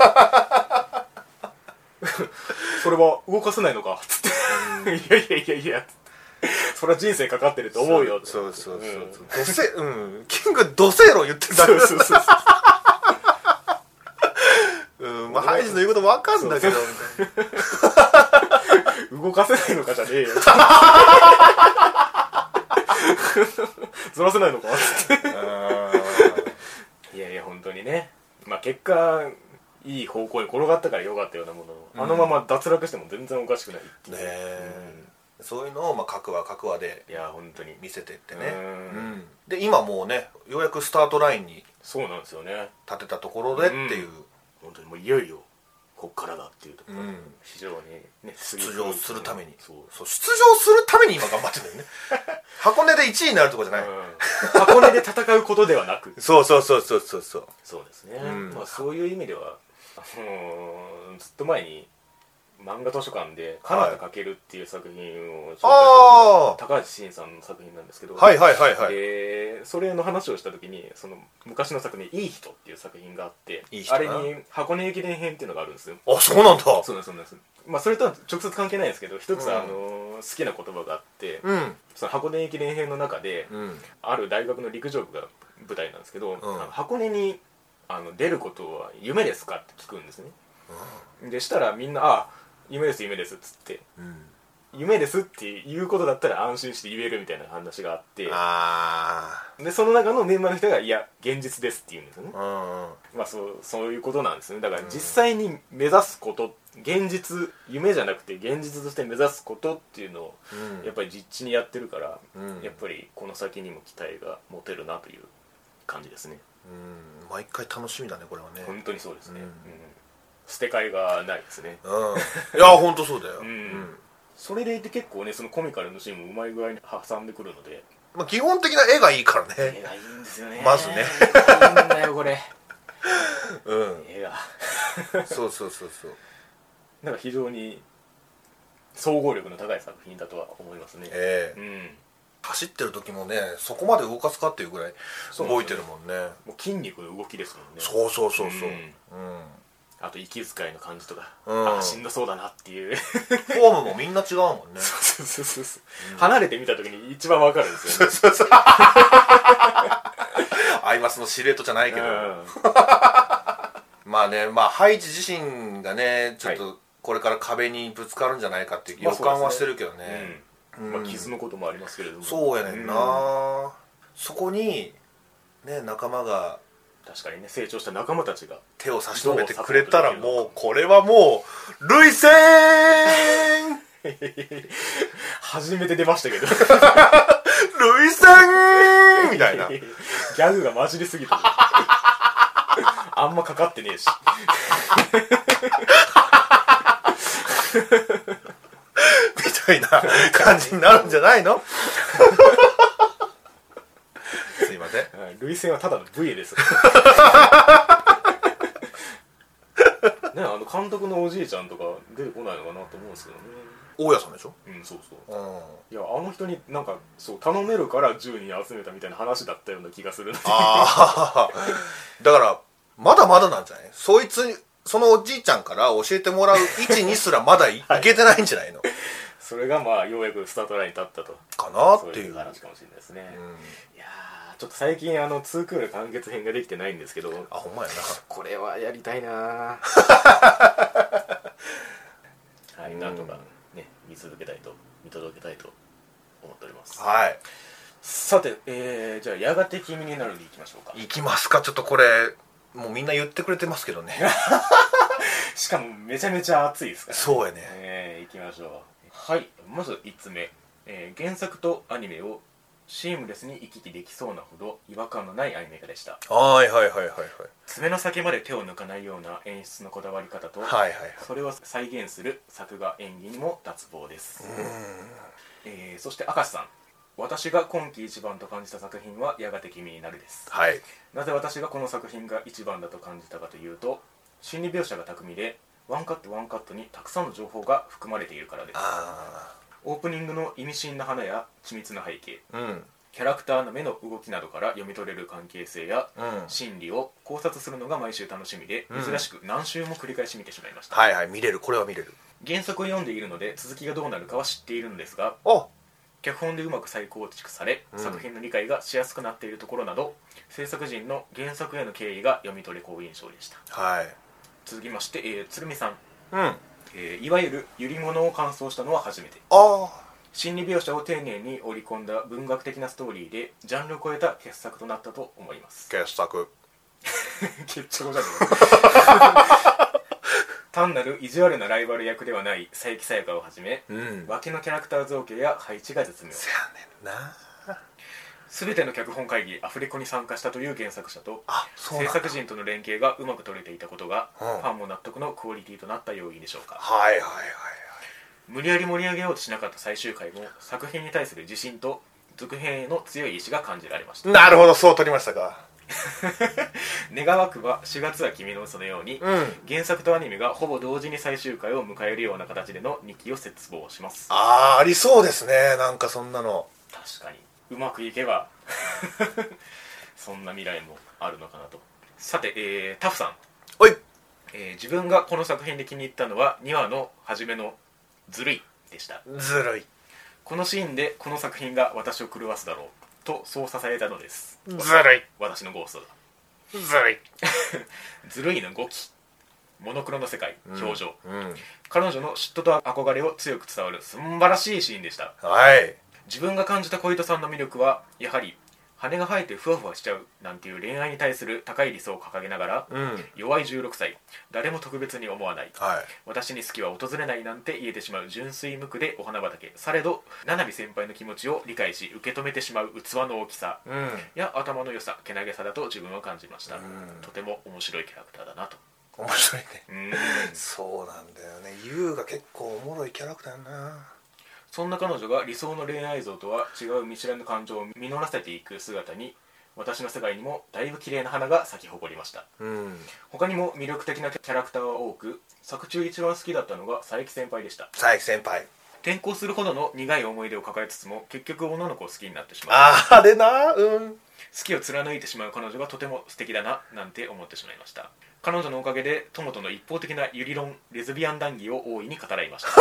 それは動かせないのかっつっていやそれは人生かかってると思うよって。 そうキングドセロ言ってたまあハイジの言うこと分かんだけど動かせないのかじゃねえよずらせないのかいや本当にね、まあ結果いい方向に転がったから良かったようなものを、あのまま脱落しても全然おかしくないっていうね。そういうのを各話で本当に見せてってね。で今もうね、ようやくスタートラインにそうなんですよね、 立てたところでっていう、 本当にもういよいよこっからだっていうところ、非常にね出場するために、そう出場するために今頑張ってるんだよね箱根で1位になるとこじゃない、 箱根で戦うことではなくそうですね、まあそういう意味ではずっと前に漫画図書館で「かなたかける」っていう作品を紹介した高橋真さんの作品なんですけど、それの話をした時に昔の作品「いい人」っていう作品があって、あれに箱根駅伝編っていうのがあるんですよ。 あ、そうなんだ。 そうなんです。まあそれとは直接関係ないんですけど、一つ好きな言葉があって、その箱根駅伝編の中で、ある大学の陸上部が舞台なんですけど、箱根に出ることは夢ですかって聞くんですね。でしたらみんな夢ですっつって、夢ですっていうことだったら安心して言えるみたいな話があって、でその中のメンバーの人がいや現実ですって言うんですよね。まあそういうことなんですね。だから実際に目指すこと、現実、夢じゃなくて現実として目指すことっていうのをやっぱり実地にやってるから、やっぱりこの先にも期待が持てるなという感じですね。 毎回楽しみだねこれはね。 本当にそうですね。捨て替えがないですね。 いや本当そうだよ。 それでいて結構ね、そのコミカルのシーンもうまい具合に挟んでくるので、 まあ基本的な絵がいいからね。 絵がいいんですよね。 まずね。 いいんだよこれ。絵が。 そう。 なんか非常に総合力の高い作品だとは思いますね。 走ってる時もね、そこまで動かすかっていうぐらい動いてるもんね。 もう筋肉の動きですもんね。 そう。 あと息遣いの感じとか、しんどそうだなっていうフォームもみんな違うもんね。 そう、離れて見た時に一番わかるんですよね。そうアイマスのシルエットじゃないけど、まあね、ハイジ自身がねちょっとこれから壁にぶつかるんじゃないかっていう予感はしてるけどね。 傷のこともありますけれども、 そうやねんな。そこにね仲間が、 確かにね、成長した仲間たちが手を差し伸べてくれたら、もうこれはもう涙腺初めて出ましたけど涙腺みたいなギャグが混じりすぎてあんまかかってねえしみたいな感じになるんじゃないのすいません、 涙腺はただの部位ですね、監督のおじいちゃんとか出てこないのかなと思うんですけどね。 大家さんでしょ。 そう。いや人になんかそう頼めるから10人集めたみたいな話だったような気がするだからまだまだなんじゃない。そのおじいちゃんから教えてもらう位置にすらまだいけてないんじゃないのそれがまあようやくスタートラインに立ったとかなっていう、 そういう話かもしれないですね、いやーちょっと最近2クール完結編ができてないんですけど、 ほんまやな、 これはやりたいなはい、なんとかね見届けたいと思っております。 はい。 さて、じゃあやがて君になるでいきましょうか。 いきますか。ちょっとこれもうみんな言ってくれてますけどねしかもめちゃめちゃ熱いですから、 ね、そうやね、 いきましょう。はい、まず5つ目、原作とアニメをシームレスに行き来できそうなほど違和感のないアニメ化でした。 はいはいはいはいはい。 爪の先まで手を抜かないような演出のこだわり方と、 はいはいはい、 それを再現する作画演技にも脱帽です。そして明石さん、私が今季一番と感じた作品はやがて君になるです。 はい。 なぜ私がこの作品が一番だと感じたかというと、心理描写が巧みでワンカットワンカットにたくさんの情報が含まれているからです。オープニングの意味深な花や緻密な背景、キャラクターの目の動きなどから読み取れる関係性や心理を考察するのが毎週楽しみで、珍しく何週も繰り返し見てしまいました。 はいはい、見れる、これは見れる。 原作を読んでいるので続きがどうなるかは知っているのですが、脚本でうまく再構築され、作品の理解がしやすくなっているところなど、制作陣の原作への敬意が読み取れ好印象でした。 はい。 続きまして、鶴見さん、いわゆるゆり物を完走したのは初めて。心理描写を丁寧に織り込んだ文学的なストーリーでジャンルを超えた傑作となったと思います。 傑作傑作じゃねえ単なる意地悪なライバル役ではない佐伯さやかをはじめ、脇のキャラクター造形や配置が絶妙。 せやねんな。 全ての脚本会議アフレコに参加したという原作者と制作陣との連携がうまく取れていたことが、ファンも納得のクオリティとなった要因でしょうか。 はいはいはいはい。 無理やり盛り上げようとしなかった最終回も作品に対する自信と続編への強い意志が感じられました。 なるほど、そう取りましたか願わくば4月は君の嘘のように、原作とアニメがほぼ同時に最終回を迎えるような形での2期を切望します。 ありそうですね、なんかそんなの。 確かにうまくいけばそんな未来もあるのかなと。さて、タフさん、自分がこの作品で気に入ったのは2話の初めのずるいでした。 ずるい。 このシーンでこの作品が私を狂わすだろうとそう支えたのです。 ずるい。 私のゴーストだ。 ずるいずるいの5期、モノクロの世界、表情、彼女の嫉妬と憧れを強く伝わる素晴らしいシーンでした。自分が感じた小糸さんの魅力はやはり羽が生えてふわふわしちゃうなんていう恋愛に対する高い理想を掲げながら、弱い16歳、誰も特別に思わない、私に好きは訪れないなんて言えてしまう純粋無垢でお花畑、されど七海先輩の気持ちを理解し受け止めてしまう器の大きさ、や頭の良さ、けなげさだと自分は感じました。とても面白いキャラクターだなと。 面白いね。そうなんだよね、優が結構おもろいキャラクターやな。 そんな彼女が理想の恋愛像とは違う見知らぬ感情を実らせていく姿に、私の世界にもだいぶ綺麗な花が咲き誇りました。他にも魅力的なキャラクターは多く、作中一番好きだったのが佐伯先輩でした。 佐伯先輩、 転校するほどの苦い思い出を抱えつつも結局女の子を好きになってしまう。 あれな、 好きを貫いてしまう彼女がとても素敵だななんて思ってしまいました。彼女のおかげで友との一方的なユリロンレズビアン談義を大いに語らいました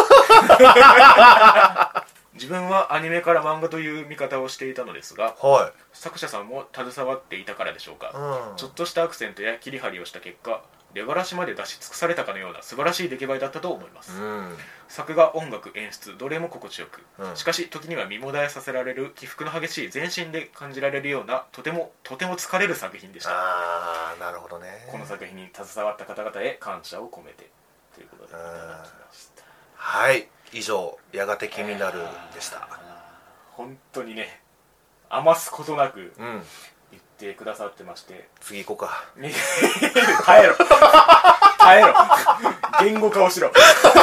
自分はアニメから漫画という見方をしていたのですが、作者さんも携わっていたからでしょうか、ちょっとしたアクセントや切り張りをした結果、出がらしまで出し尽くされたかのような素晴らしい出来栄えだったと思います。作画、音楽、演出、どれも心地よく、しかし時には身もだえさせられる起伏の激しい全身で感じられるようなとても疲れる作品でした。 なるほどね。 この作品に携わった方々へ感謝を込めてということでいただきました。 はい、以上やがて君になるでした。 本当にね、余すことなく言ってくださってまして、 次行こうか。 耐えろ耐えろ言語化をしろ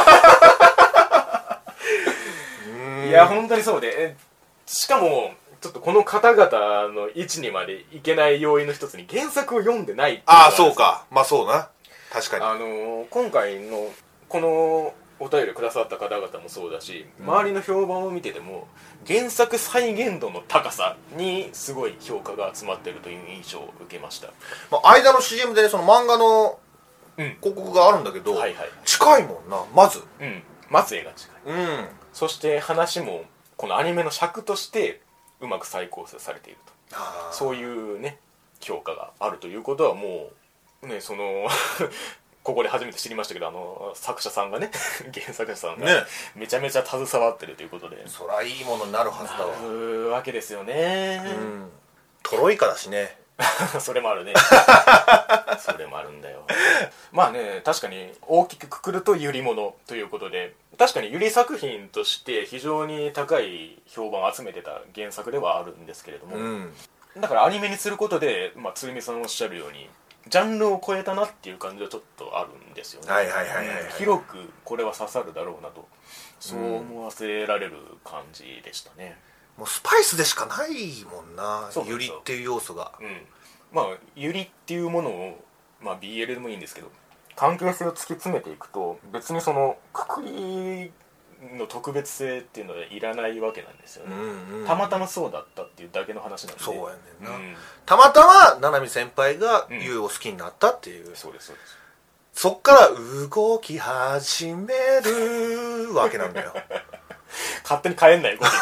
いや本当にそうで、しかもちょっとこの方々の位置にまでいけない要因の一つに原作を読んでないっていうのが。 そうか、まあそうな、確かに今回のこのお便りくださった方々もそうだし、周りの評判を見てても原作再現度の高さにすごい評価が集まってるという印象を受けました。 間の CM でその漫画の広告があるんだけど、近いもんな、まず、 末裔が近い、 うん、 そして話もこのアニメの尺としてうまく再構成されていると、そういうね評価があるということはもうねそのここで初めて知りましたけど作者さんがね原作者さんがめちゃめちゃ携わってるということで、 そりゃいいものになるはずだわ。 なるわけですよね。 トロイカだしねそれもあるねそれもあるんだよ。まあね、確かに大きくくくるとユリものということで、確かにユリ作品として非常に高い評判を集めてた原作ではあるんですけれども、だからアニメにすることで、鶴見さんおっしゃるようにジャンルを超えたなっていう感じはちょっとあるんですよね。広くこれは刺さるだろうなと、そう思わせられる感じでしたね。 もうスパイスでしかないもんな、ユリっていう要素が。 まあユリっていうものを、BL でもいいんですけど、関係性を突き詰めていくと別にそのくくりの特別性っていうのはいらないわけなんですよね。たまたまそうだったっていうだけの話なんで。 そうやねんな、たまたま七海先輩がユウを好きになったっていう、 そうですそうです。 そっから動き始めるわけなんだよ勝手に変えんない語尾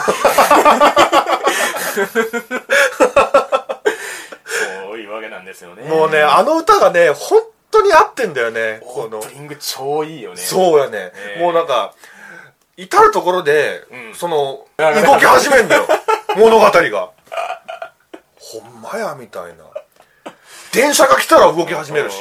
そういうわけなんですよね。 もうね、あの歌がね本当に合ってんだよね。 オープニング超いいよね。 そうやね、もうなんか至る所で、その動き始めんだよ物語がほんまやみたいな。電車が来たら動き始めるし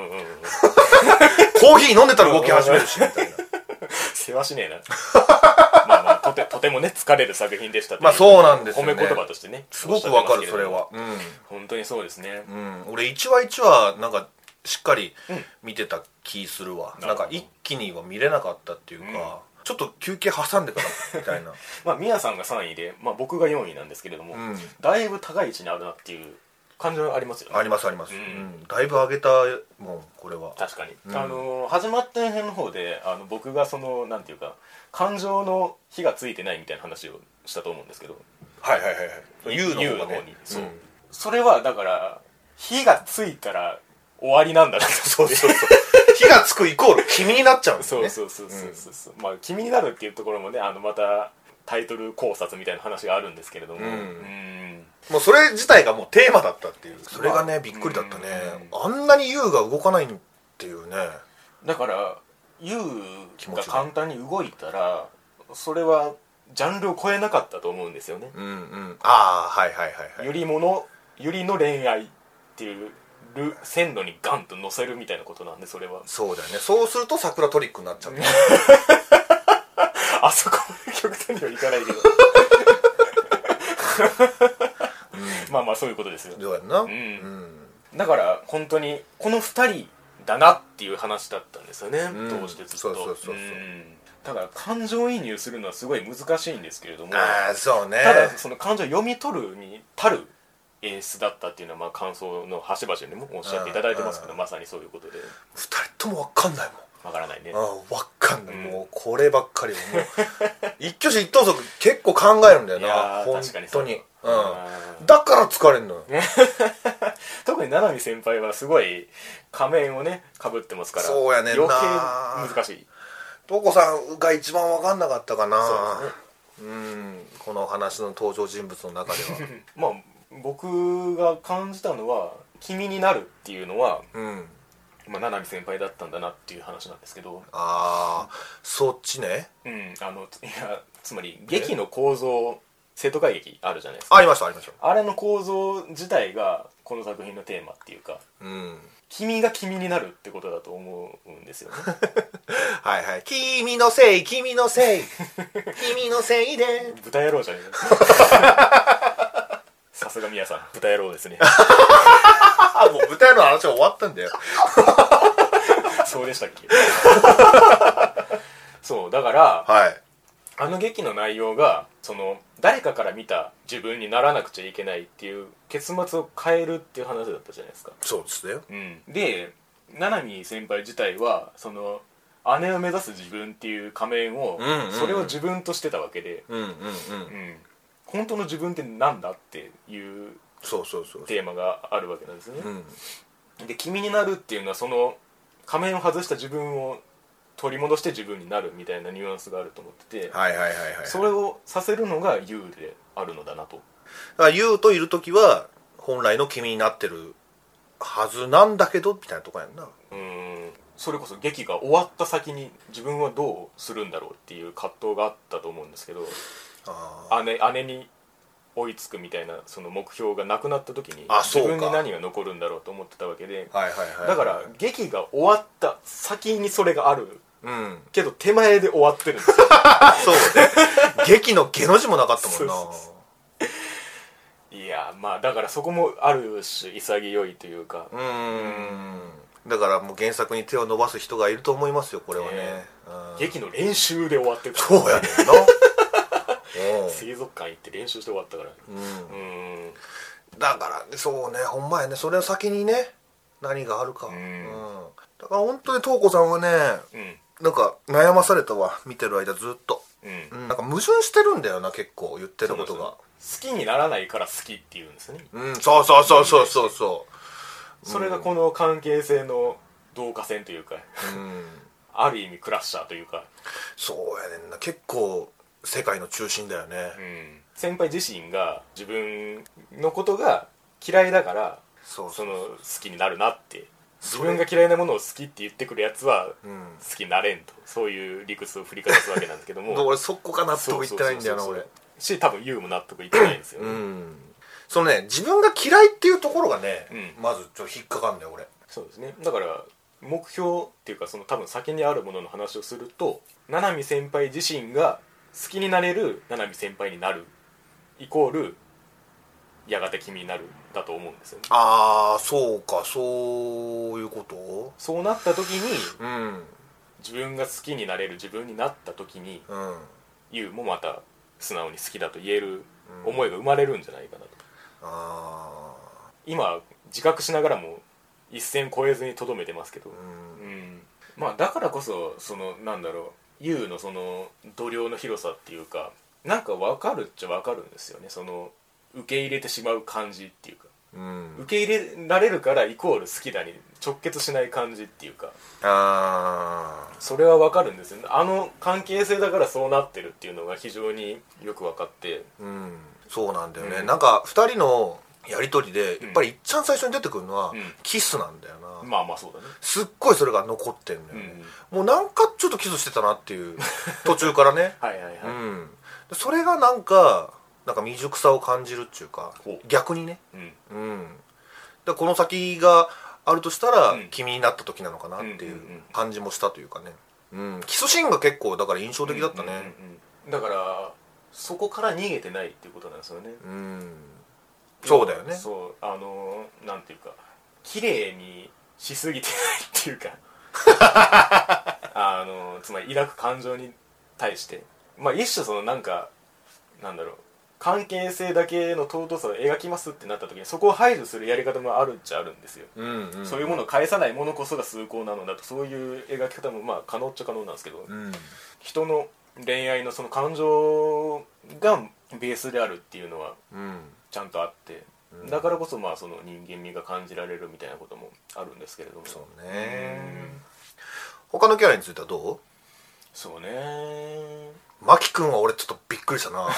コーヒー飲んでたら動き始めるしみたいな世話しねえなとてもね疲れる作品でしたって。 そうなんですよね。 褒め言葉としてねすごくわかるそれは。 本当にそうですね。 俺1話1話なんかしっかり見てた気するわ。なんか一気には見れなかったっていうか、ちょっと休憩挟んでからみたいな宮さんが3位で、僕が4位なんですけれども、だいぶ高い位置にあるなっていう感じはありますよね。 ありますあります、だいぶ上げたもんこれは。 確かに、始まった辺の方で僕がそのなんていうか感情の火がついてないみたいな話をしたと思うんですけど、 ユウの方に、 それはだから火がついたら終わりなんだなと。 そう火がつくイコール君になっちゃうんですね。 そう君になるっていうところもねまたタイトル考察みたいな話があるんですけれども、 もうそれ自体がもうテーマだったっていう、それがねびっくりだったね。あんなにユウが動かないっていうね。 だからユウが簡単に動いたらそれはジャンルを超えなかったと思うんですよね。ユリの恋愛っていう線路にガンと乗せるみたいなことなんで、それはそうだよね。そうすると桜トリックになっちゃうあそこまで極端にはいかないけどそういうことですよ。 どうやんな、 だから本当にこの2人だなっていう話だったんですよね、どうしてずっと。だから感情移入するのはすごい難しいんですけれども、 そうね、 ただその感情を読み取るに足る演出だったっていうのは感想の端々にもおっしゃっていただいてますけど、まさにそういうことで。 2人とも分かんないもん。 分からないね。 分かんない、もうこればっかりもう一挙手一投足結構考えるんだよな本当に。だから疲れんのよ特に七海先輩はすごい仮面をねかぶってますから、 そうやねんな、 余計難しい。 トコさんが一番分かんなかったかな。 そうですね、 この話の登場人物の中では僕が感じたのは君になるっていうのは、七海先輩だったんだなっていう話なんですけど。 そっちね。 つまり劇の構造、生徒会劇あるじゃないですか。 ありました。 あれの構造自体がこの作品のテーマっていうか、君が君になるってことだと思うんですよね君のせい君のせい君のせいで豚野郎じゃねえさすが宮さん、豚野郎ですねもう豚野郎の話は終わったんだよそうでしたっけそうだから、あの劇の内容がその誰かから見た自分にならなくちゃいけないっていう結末を変えるっていう話だったじゃないですか。 そうですね、 で七海先輩自体はその姉を目指す自分っていう仮面を、それを自分としてたわけで、本当の自分ってなんだっていうテーマがあるわけなんですよね。で君になるっていうのはその仮面を外した自分を取り戻して自分になるみたいなニュアンスがあると思ってて、それれをさせるのがユウであるのだなと。 だからユウといる時は本来の君になってるはずなんだけどみたいなとこやんな。 それこそ劇が終わった先に自分はどうするんだろうっていう葛藤があったと思うんですけど、姉に追いつくみたいなその目標がなくなった時に自分に何が残るんだろうと思ってたわけで、だから劇が終わった先にそれがある、けど手前で終わってるんですよそうね劇のゲの字もなかったもんな。 いやまあだからそこもある種潔いというか、 だからもう原作に手を伸ばす人がいると思いますよこれはね。 劇の練習で終わってる、 そうやねんな水族館行って練習して終わったから、 だからそうね、ほんまやね、それを先にね何があるか、だから本当に瞳子さんはね、なんか悩まされたわ、見てる間ずっと、なんか矛盾してるんだよな、結構言ってることが。 好きにならないから好きっていうんですよね。 そうそれがこの関係性の導火線というか、ある意味クラッシャーというか。 そうやねんな、結構世界の中心だよね。 先輩自身が自分のことが嫌いだからその好きになるなって、自分が嫌いなものを好きって言ってくるやつは好きになれんと、そういう理屈を振りかざすわけなんですけども俺そこが納得いってないんだよな、俺し、多分ユウも納得いってないんですよね。 そのね、自分が嫌いっていうところがね、まずちょっと引っかかんだよ俺。 そうですね。だから目標っていうか、その多分先にあるものの話をすると、七海先輩自身が好きになれる七海先輩になるイコールやがて君になるだと思うんですよね。 ああ、そうか、そういうこと。 そうなった時に、自分が好きになれる自分になった時に、ユウもまた素直に好きだと言える思いが生まれるんじゃないかなと。今自覚しながらも一線越えずにとどめてますけど、まあだからこそ、そのなんだろう、ユウのその度量の広さっていうか、なんか分かるっちゃ分かるんですよね。その受け入れてしまう感じっていうか、受け入れられるからイコール好きだに直結しない感じっていうか、それは分かるんですよね。あの関係性だからそうなってるっていうのが非常によく分かって、 そうなんだよね、なんか2人のやり取りでやっぱり一番最初に出てくるのはキスなんだよな。 まあまあそうだね。 すっごいそれが残ってんだよね、もうなんかちょっとキスしてたなっていう途中からねそれがなんか未熟さを感じるっていうか、逆にね、でこの先があるとしたら、君になった時なのかなっていう感じもしたというかね、キスシーンが結構だから印象的だったね、 だからそこから逃げてないっていうことなんですよね。 そうだよね。 そうなんていうか、綺麗にしすぎてないっていうかつまり抱く感情に対して、まあ一種そのなんかなんだろう、関係性だけの尊さを描きますってなった時にそこを排除するやり方もあるっちゃあるんですよ、そういうものを返さないものこそが崇高なのだと、そういう描き方もまあ可能っちゃ可能なんですけど、人の恋愛のその感情がベースであるっていうのはちゃんとあって、だからこそまあその人間味が感じられるみたいなこともあるんですけれども。 そうね。他のキャラについてはどう？ そうね、 マキ君は俺ちょっとびっくりしたな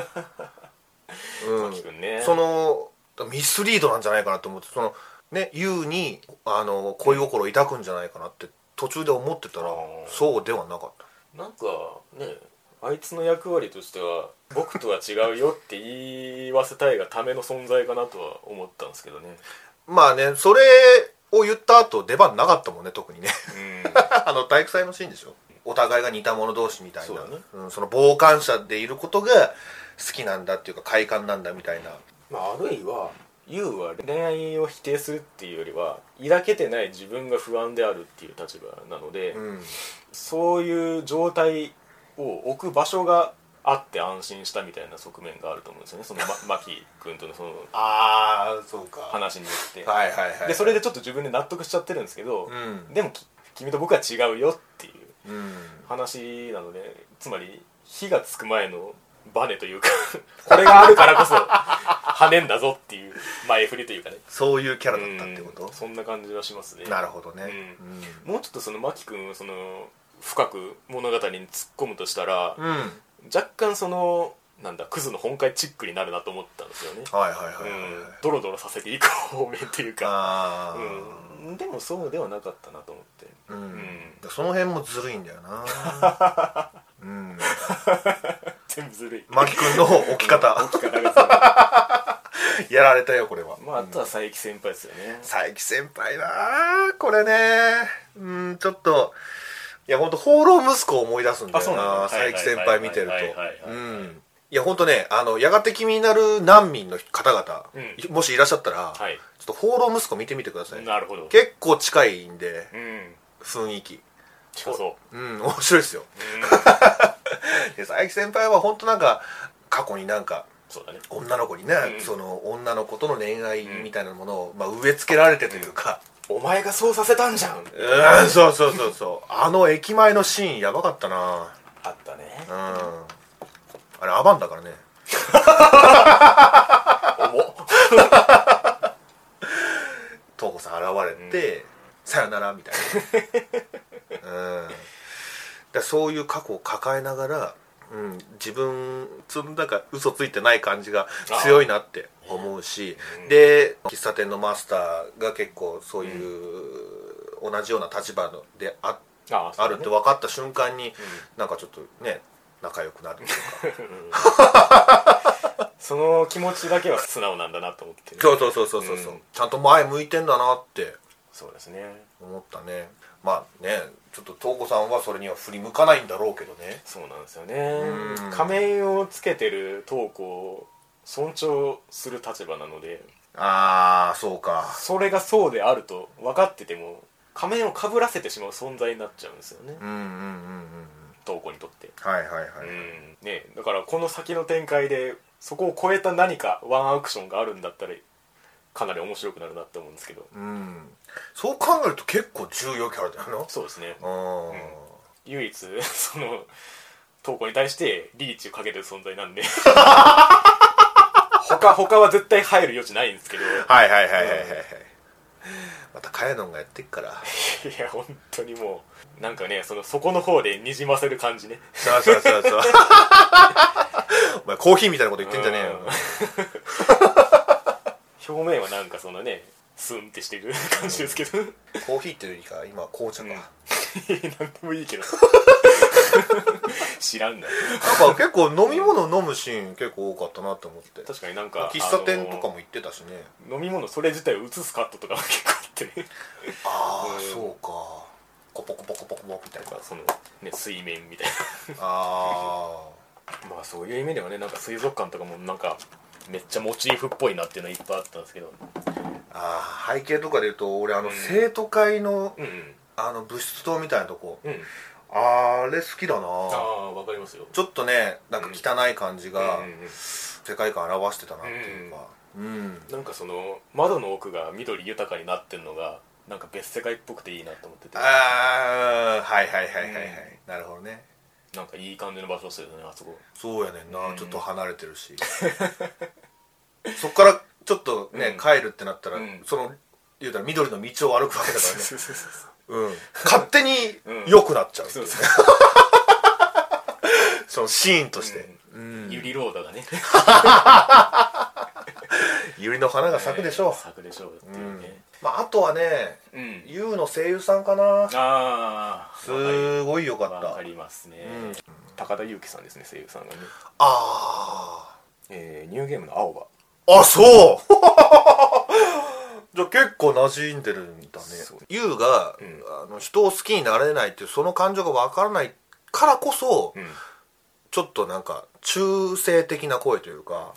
マキ君ね、 そのミスリードなんじゃないかなと思って、そのね、ユウに恋心を抱くんじゃないかなって途中で思ってたら、そうではなかった。 なんかね、あいつの役割としては僕とは違うよって言わせたいがための存在かなとは思ったんですけどね。 まあね、それを言った後出番なかったもんね、特にね体育祭のシーンでしょ、お互いが似た者同士みたいな、その傍観者でいることが好きなんだっていうか快感なんだみたいな、 あるいはユウは恋愛を否定するっていうよりは抱けてない自分が不安であるっていう立場なので、そういう状態を置く場所があって安心したみたいな側面があると思うんですよね、そのマキ君とのそのそうか話によって、 でそれでちょっと自分で納得しちゃってるんですけど、でも君と僕は違うよっていう話なので、つまり火がつく前のバネというかこれがあるからこそ跳ねんだぞっていう前振りというかね、 そういうキャラだったってこと、 そんな感じはしますね。 なるほどね、 もうちょっとそのマキ君をその深く物語に突っ込むとしたら、若干そのなんだクズの本会チックになるなと思ったんですよね。ドロドロさせていく方面っていうか、でもそうではなかったなと思って、 その辺もずるいんだよな全部ずるい。 マキ君の置き方がずるいやられたよこれは。 あとは佐伯先輩ですよね。 佐伯先輩なこれねちょっといやほんと放浪息子を思い出すんだよな佐伯先輩見てると。いやほんとねやがて君になる難民の方々、もしいらっしゃったら、ちょっと放浪息子見てみてください。 なるほど。 結構近いんで、雰囲気近そう。 面白いですよ。で佐伯先輩はほんとなんか過去になんかそうだね、 女の子にね、その女の子との恋愛みたいなものを、植え付けられてというか、 お前がそうさせたんじゃん。 そうあの駅前のシーンやばかったな。 あったね。 あれアバンだからね。 重っ。 瞳子さん現れて、さよならみたいな。だそういう過去を抱えながら、自分なんか嘘ついてない感じが強いなって思うし、で喫茶店のマスターが結構そういう同じような立場であるって分かった瞬間に、なんかちょっとね仲良くなるというかその気持ちだけは素直なんだなと思って、 そうちゃんと前向いてんだなってそうですね思ったね。ちょっと瞳子さんはそれには振り向かないんだろうけどね。 そうなんですよね。仮面をつけてる瞳子を尊重する立場なので、 そうか。 それがそうであると分かってても仮面をかぶらせてしまう存在になっちゃうんですよね。瞳子にとって。ね、だからこの先の展開でそこを超えた何かワンアクションがあるんだったらかなり面白くなるなって思うんですけど、 そう考えると結構重要キャラだよな。 そうですね。唯一その瞳子に対してリーチをかけてる存在なんで他は絶対入る余地ないんですけど、 またカヤノンがやってっからいや本当にもうなんかねそこの方でにじませる感じね。 そうお前コーヒーみたいなこと言ってんじゃねえよ。 表面はなんかそのねスンってしてる感じですけど、 コーヒーっていうよりか今紅茶か、 なんでもいいけど知らんがなんか結構飲み物飲むシーン結構多かったなと思って。 確かになんか喫茶店とかも行ってたしね、 飲み物それ自体を映すカットとか結構あってねそうか、コポコポコポコポみたいな、 そのね水面みたいなそういう意味ではね、なんか水族館とかもなんかめっちゃモチーフっぽいなっていうのはいっぱいあったんですけど、 背景とかでいうと俺生徒会の、部室棟みたいなとこ、あれ好きだな。 わかりますよ。 ちょっとねなんか汚い感じが世界観表してたなっていうか、 なんかその窓の奥が緑豊かになってんのがなんか別世界っぽくていいなと思ってて、 なるほどね。 なんかいい感じの場所ですよね、あそこ。 そうやねんな、ちょっと離れてるしそっからちょっとね、帰るってなったら、その言うたら緑の道を歩くわけだからね勝手に良くなっちゃう、そのシーンとして、 ユリローダがねユリの花が咲くでしょう、 咲くでしょうっていうね。 あとはね、ユウの声優さんかな。すごい良かった。 わかりますね。高田裕樹さんですね、声優さんがね。ニューゲームの青葉。 そうじゃあ結構馴染んでるんだね。ユウが、人を好きになれないっていうその感情が分からないからこそ、ちょっとなんか中性的な声というか、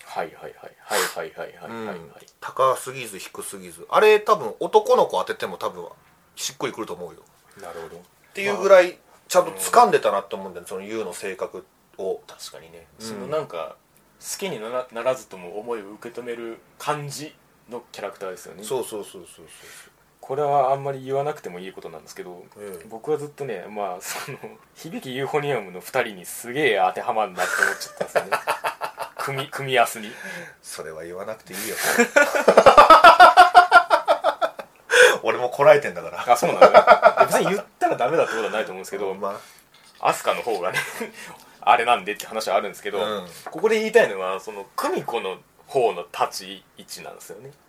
高すぎず低すぎず、あれ多分男の子当てても多分しっくりくると思うよ。 なるほど。 っていうぐらいちゃんと掴んでたなって思うんだよね、そのユウの性格を。 確かにね、そのなんか好きにならずとも思いを受け止める感じのキャラクターですよね。そうこれはあんまり言わなくてもいいことなんですけど、僕はずっとね、その響きユーフォニアムの2人にすげえ当てはまるなって思っちゃったんですよね組み合わせに。 それは言わなくていいよ俺もこらえてんだから。 そうなんだ、ね、別に言ったしたらダメだってことはないと思うんですけど、アスカの方がねあれなんでって話はあるんですけど、ここで言いたいのはその久美子の方の立ち位置なんですよね。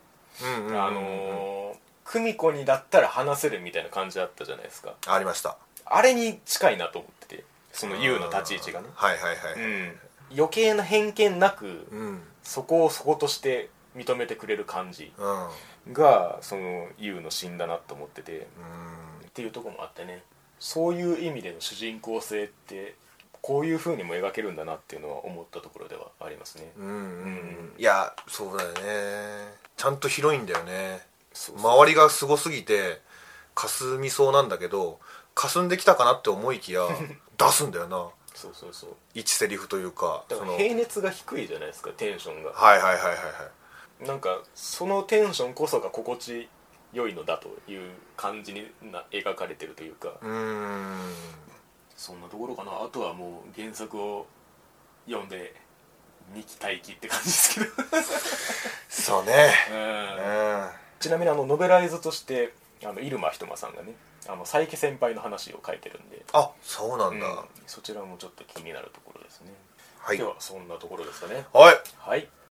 久美子にだったら話せるみたいな感じあったじゃないですか。 ありました。 あれに近いなと思ってて、その優の立ち位置がね、余計な偏見なく、そこをそことして認めてくれる感じが、その優の芯だなと思ってて、っていうところもあってね、そういう意味での主人公性ってこういう風にも描けるんだなっていうのは思ったところではありますね。 いやそうだよね。ちゃんと広いんだよね。周りがすごすぎて霞みそうなんだけど、霞んできたかなって思いきや出すんだよな。 そう一セリフというか、 だから平熱が低いじゃないですか、テンションが。なんかそのテンションこそが心地良いのだという感じに描かれてるというか、そんなところかな。あとはもう原作を読んで二期待期って感じですけどそうね。 ちなみにノベライズとして入間ひとまさんがね、佐伯先輩の話を書いてるんで、 あ、そうなんだ、 そちらもちょっと気になるところですね。 はい、 ではそんなところですかね。 はい、 はい。